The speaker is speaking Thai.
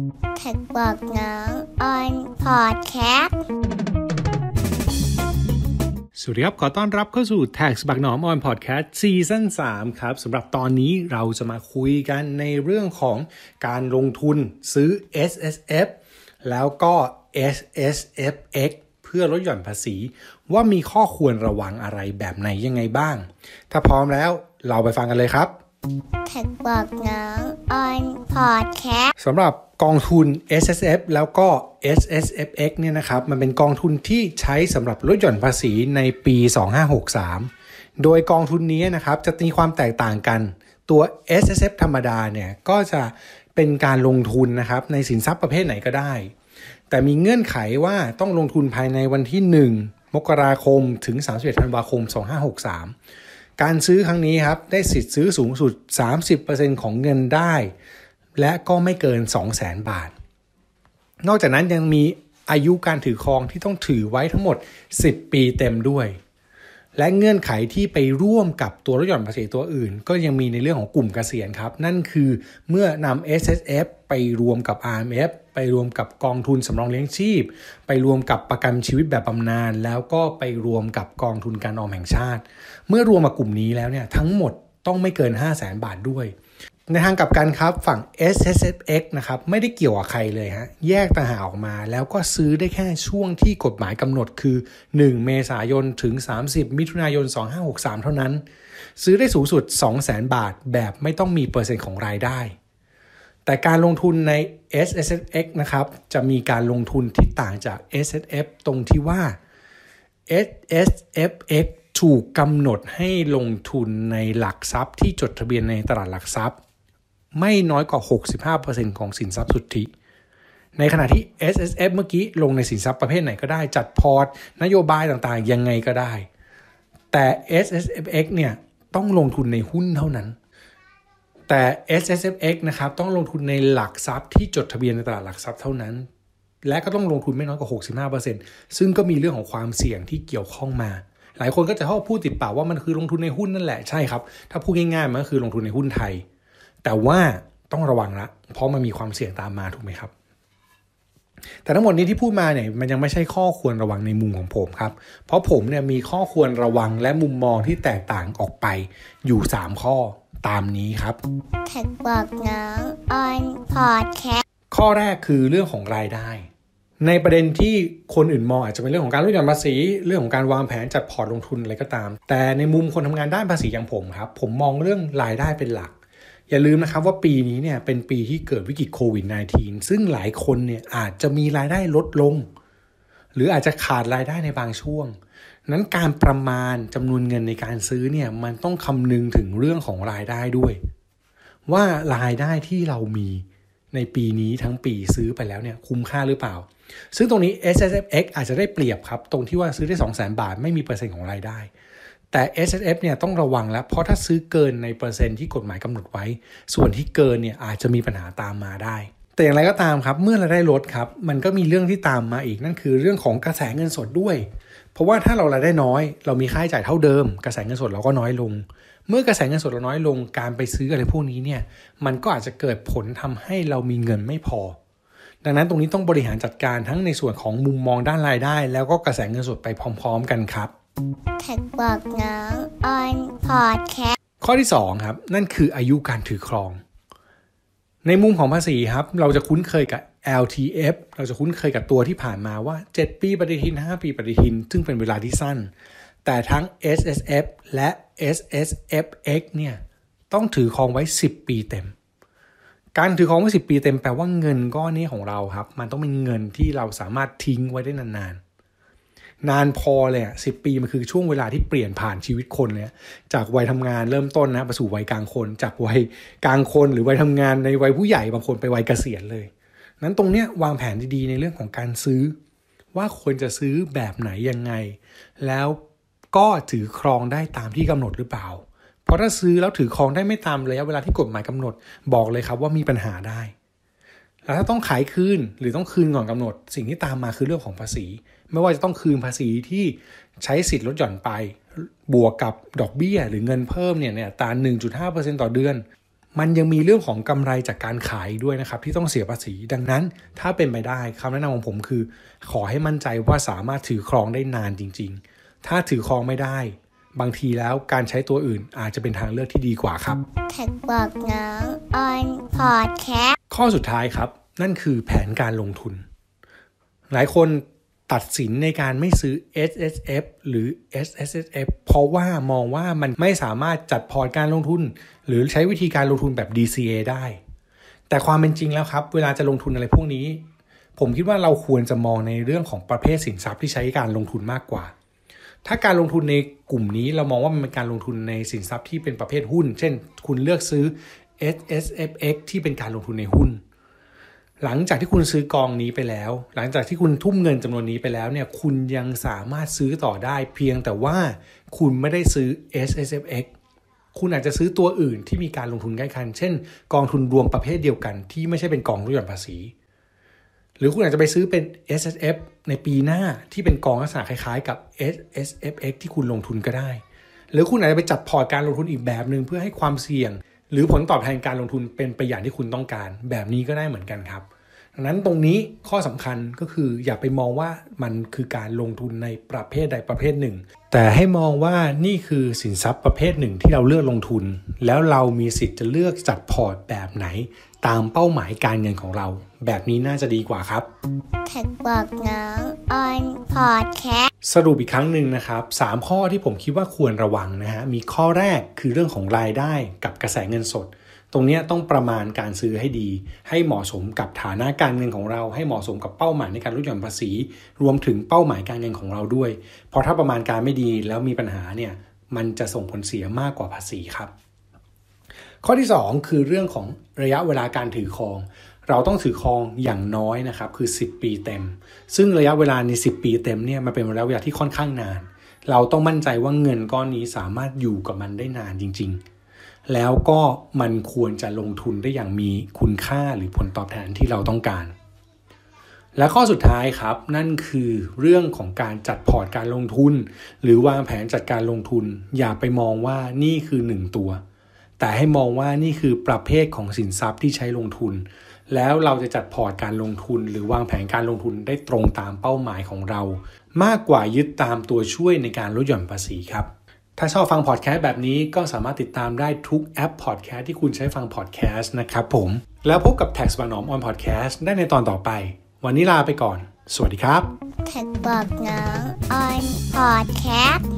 แท็กบอกน้องออนพอดแคสต์สวัสดีครับขอต้อนรับเข้าสู่ Tax บักหนอมออนพอดแคสต์ซีซั่น3ครับสำหรับตอนนี้เราจะมาคุยกันในเรื่องของการลงทุนซื้อ SSF แล้วก็ SSFX เพื่อลดหย่อนภาษีว่ามีข้อควรระวังอะไรแบบไหนยังไงบ้างถ้าพร้อมแล้วเราไปฟังกันเลยครับแท็กบอกน้องออนพอดแคสต์สำหรับกองทุน SSF แล้วก็ SSFX เนี่ยนะครับมันเป็นกองทุนที่ใช้สำหรับลดหย่อนภาษีในปี 2563 โดยกองทุนนี้นะครับจะมีความแตกต่างกันตัว SSF ธรรมดาเนี่ยก็จะเป็นการลงทุนนะครับในสินทรัพย์ประเภทไหนก็ได้แต่มีเงื่อนไขว่าต้องลงทุนภายในวันที่ 1 มกราคมถึง 31 ธันวาคม 2563 การซื้อครั้งนี้ครับได้สิทธิ์ซื้อสูงสุด 30% ของเงินได้และก็ไม่เกิน 200,000 บาทนอกจากนั้นยังมีอายุการถือครองที่ต้องถือไว้ทั้งหมด10 ปีเต็มด้วยและเงื่อนไขที่ไปร่วมกับตัวลดหย่อนภาษีตัวอื่นก็ยังมีในเรื่องของกลุ่มเกษียณครับนั่นคือเมื่อนำ SSF ไปรวมกับ RMF ไปรวมกับกองทุนสำรองเลี้ยงชีพไปรวมกับประกันชีวิตแบบบำนาญแล้วก็ไปรวมกับกองทุนการออมแห่งชาติเมื่อรวมมากลุ่มนี้แล้วเนี่ยทั้งหมดต้องไม่เกิน 500,000 บาทด้วยในทางกลับกันครับฝั่ง SSFX นะครับไม่ได้เกี่ยวกับใครเลยฮะแยกต่างหากออกมาแล้วก็ซื้อได้แค่ช่วงที่กฎหมายกำหนดคือ1 เมษายนถึง 30 มิถุนายน 2563 เท่านั้นซื้อได้สูงสุด 200,000 บาทแบบไม่ต้องมีเปอร์เซ็นต์ของรายได้แต่การลงทุนใน SSFX นะครับจะมีการลงทุนที่ต่างจาก SSF ตรงที่ว่า SSFX ถูกกำหนดให้ลงทุนในหลักทรัพย์ที่จดทะเบียนในตลาดหลักทรัพย์ไม่น้อยกว่า 65% ของสินทรัพย์สุทธิในขณะที่ SSF เมื่อกี้ลงในสินทรัพย์ประเภทไหนก็ได้จัดพอร์ตนโยบายต่างๆยังไงก็ได้แต่ SSFX เนี่ยต้องลงทุนในหุ้นเท่านั้นแต่ SSFX นะครับต้องลงทุนในหลักทรัพย์ที่จดทะเบียนในตลาดหลักทรัพย์เท่านั้นและก็ต้องลงทุนไม่น้อยกว่า 65% ซึ่งก็มีเรื่องของความเสี่ยงที่เกี่ยวข้องมาหลายคนก็จะพูดติดปากว่ามันคือลงทุนในหุ้นนั่นแหละใช่ครับถ้าพูดง่ายๆมันก็คือลงทุนในหุ้นไทยแต่ว่าต้องระวังละเพราะมันมีความเสี่ยงตามมาถูกไหมครับแต่ทั้งหมดนี้ที่พูดมาเนี่ยมันยังไม่ใช่ข้อควรระวังในมุมของผมครับเพราะผมเนี่ยมีข้อควรระวังและมุมมองที่แตกต่างออกไปอยู่3ข้อตามนี้ครับแท็กบอกน้องออนพอดแคสต์ข้อแรกคือเรื่องของรายได้ในประเด็นที่คนอื่นมองอาจจะเป็นเรื่องของการลดหย่อนภาษีเรื่องของการวางแผนจัดพอร์ตลงทุนอะไรก็ตามแต่ในมุมคนทำงานด้านภาษีอย่างผมครับผมมองเรื่องรายได้เป็นหลักอย่าลืมนะครับว่าปีนี้เนี่ยเป็นปีที่เกิดวิกฤตโควิด -19 ซึ่งหลายคนเนี่ยอาจจะมีรายได้ลดลงหรืออาจจะขาดรายได้ในบางช่วงนั้นการประมาณจำนวนเงินในการซื้อเนี่ยมันต้องคำนึงถึงเรื่องของรายได้ด้วยว่ารายได้ที่เรามีในปีนี้ทั้งปีซื้อไปแล้วเนี่ยคุ้มค่าหรือเปล่าซึ่งตรงนี้ SSFX อาจจะได้เปรียบครับตรงที่ว่าซื้อได้ 200,000 บาทไม่มีเปอร์เซ็นต์ของรายได้แต่ SSF เนี่ยต้องระวังแล้วเพราะถ้าซื้อเกินในเปอร์เซ็นต์ที่กฎหมายกำหนดไว้ส่วนที่เกินเนี่ยอาจจะมีปัญหาตามมาได้แต่อย่างไรก็ตามครับเมื่อรายได้ลดครับมันก็มีเรื่องที่ตามมาอีกนั่นคือเรื่องของกระแสเงินสดด้วยเพราะว่าถ้าเรารายได้น้อยเรามีค่าใช้จ่ายเท่าเดิมกระแสเงินสดเราก็น้อยลงเมื่อกระแสเงินสดเราน้อยลงการไปซื้ออะไรพวกนี้เนี่ยมันก็อาจจะเกิดผลทำให้เรามีเงินไม่พอดังนั้นตรงนี้ต้องบริหารจัดการทั้งในส่วนของมุมมองด้านรายได้แล้วก็กระแสเงินสดไปพร้อมๆกันครับแท็กบอกน้องออนพอดแคสต์ข้อที่2ครับนั่นคืออายุการถือครองในมุมของภาษีครับเราจะคุ้นเคยกับ LTF เราจะคุ้นเคยกับตัวที่ผ่านมาว่า7 ปีปฏิทิน5 ปีปฏิทินซึ่งเป็นเวลาที่สั้นแต่ทั้ง SSF และ SSFX เนี่ยต้องถือครองไว้10 ปีเต็มการถือครองไว้10 ปีเต็มแปลว่าเงินก้อนนี้ของเราครับมันต้องเป็นเงินที่เราสามารถทิ้งไว้ได้นานพอเลย10 ปีมันคือช่วงเวลาที่เปลี่ยนผ่านชีวิตคนเลยจากวัยทำงานเริ่มต้นนะไปสู่วัยกลางคนจากวัยกลางคนหรือวัยทำงานในวัยผู้ใหญ่บางคนไปวัยเกษียณเลยนั้นตรงเนี้ยวางแผนดีๆในเรื่องของการซื้อว่าควรจะซื้อแบบไหนยังไงแล้วก็ถือครองได้ตามที่กำหนดหรือเปล่าเพราะถ้าซื้อแล้วถือครองได้ไม่ตามระยะเวลาที่กฎหมายกำหนดบอกเลยครับว่ามีปัญหาได้แล้วถ้าต้องขายคืนหรือต้องคืนก่อนกำหนดสิ่งที่ตามมาคือเรื่องของภาษีไม่ว่าจะต้องคืนภาษีที่ใช้สิทธิ์ลดหย่อนไปบวกกับดอกเบี้ยหรือเงินเพิ่มเนี่ยอัตรา 1.5% ต่อเดือนมันยังมีเรื่องของกำไรจากการขายด้วยนะครับที่ต้องเสียภาษีดังนั้นถ้าเป็นไปได้คำแนะนำของผมคือขอให้มั่นใจว่าสามารถถือครองได้นานจริงๆถ้าถือครองไม่ได้บางทีแล้วการใช้ตัวอื่นอาจจะเป็นทางเลือกที่ดีกว่าครับแท็กบอกน้องออนพอดแคสต์ข้อสุดท้ายครับนั่นคือแผนการลงทุนหลายคนตัดสินในการไม่ซื้อ SSF หรือ SSF เพราะว่ามองว่ามันไม่สามารถจัดพอร์ตการลงทุนหรือใช้วิธีการลงทุนแบบ DCA ได้แต่ความเป็นจริงแล้วครับเวลาจะลงทุนอะไรพวกนี้ผมคิดว่าเราควรจะมองในเรื่องของประเภทสินทรัพย์ที่ใช้การลงทุนมากกว่าถ้าการลงทุนในกลุ่มนี้เรามองว่ามันเป็นการลงทุนในสินทรัพย์ที่เป็นประเภทหุ้นเช่นคุณเลือกซื้อ SSFX ที่เป็นการลงทุนในหุ้นหลังจากที่คุณซื้อกองนี้ไปแล้วหลังจากที่คุณทุ่มเงินจำนวนนี้ไปแล้วเนี่ยคุณยังสามารถซื้อต่อได้เพียงแต่ว่าคุณไม่ได้ซื้อ SSFX คุณอาจจะซื้อตัวอื่นที่มีการลงทุนใกล้กันเช่นกองทุนรวมประเภทเดียวกันที่ไม่ใช่เป็นกองลดหย่อนภาษีหรือคุณอาจจะไปซื้อเป็น SSF ในปีหน้าที่เป็นกองลักษณะคล้ายๆกับ SSFX ที่คุณลงทุนก็ได้หรือคุณอาจจะไปจัดพอร์ตการลงทุนอีกแบบนึงเพื่อให้ความเสี่ยงหรือผลตอบแทนการลงทุนเป็นไปอย่างที่คุณต้องการแบบนี้ก็ได้เหมือนกันครับดังนั้นตรงนี้ข้อสำคัญก็คืออย่าไปมองว่ามันคือการลงทุนในประเภทใดประเภทหนึ่งแต่ให้มองว่านี่คือสินทรัพย์ประเภทหนึ่งที่เราเลือกลงทุนแล้วเรามีสิทธิ์จะเลือกจัดพอร์ตแบบไหนตามเป้าหมายการเงินของเราแบบนี้น่าจะดีกว่าครับแท็กบอกน้องออนพอดแคสต์สรุปอีกครั้งหนึ่งนะครับ3ข้อที่ผมคิดว่าควรระวังนะฮะมีข้อแรกคือเรื่องของรายได้กับกระแสเงินสดตรงนี้ต้องประมาณการซื้อให้ดีให้เหมาะสมกับฐานะการเงินของเราให้เหมาะสมกับเป้าหมายในการลดหย่อนภาษีรวมถึงเป้าหมายการเงินของเราด้วยเพราะถ้าประมาณการไม่ดีแล้วมีปัญหาเนี่ยมันจะส่งผลเสียมากกว่าภาษีครับข้อที่2คือเรื่องของระยะเวลาการถือครองเราต้องถือครองอย่างน้อยนะครับคือ10ปีเต็มซึ่งระยะเวลาใน10ปีเต็มเนี่ยมันเป็นระยะเวลาที่ค่อนข้างนานเราต้องมั่นใจว่าเงินก้อนนี้สามารถอยู่กับมันได้นานจริงๆแล้วก็มันควรจะลงทุนได้อย่างมีคุณค่าหรือผลตอบแทนที่เราต้องการและข้อสุดท้ายครับนั่นคือเรื่องของการจัดพอร์ตการลงทุนหรือวางแผนจัดการลงทุนอย่าไปมองว่านี่คือ1ตัวแต่ให้มองว่านี่คือประเภทของสินทรัพย์ที่ใช้ลงทุนแล้วเราจะจัดพอร์ตการลงทุนหรือวางแผนการลงทุนได้ตรงตามเป้าหมายของเรามากกว่ายึดตามตัวช่วยในการลดหย่อนภาษีครับถ้าชอบฟังพอดแคสต์แบบนี้ก็สามารถติดตามได้ทุกแอปพอดแคสต์ที่คุณใช้ฟังพอดแคสต์นะครับผมแล้วพบกับ Tax บอกน้องออนพอดแคสต์ได้ในตอนต่อไปวันนี้ลาไปก่อนสวัสดีครับ Tax บอกน้องออนพอดแคสต์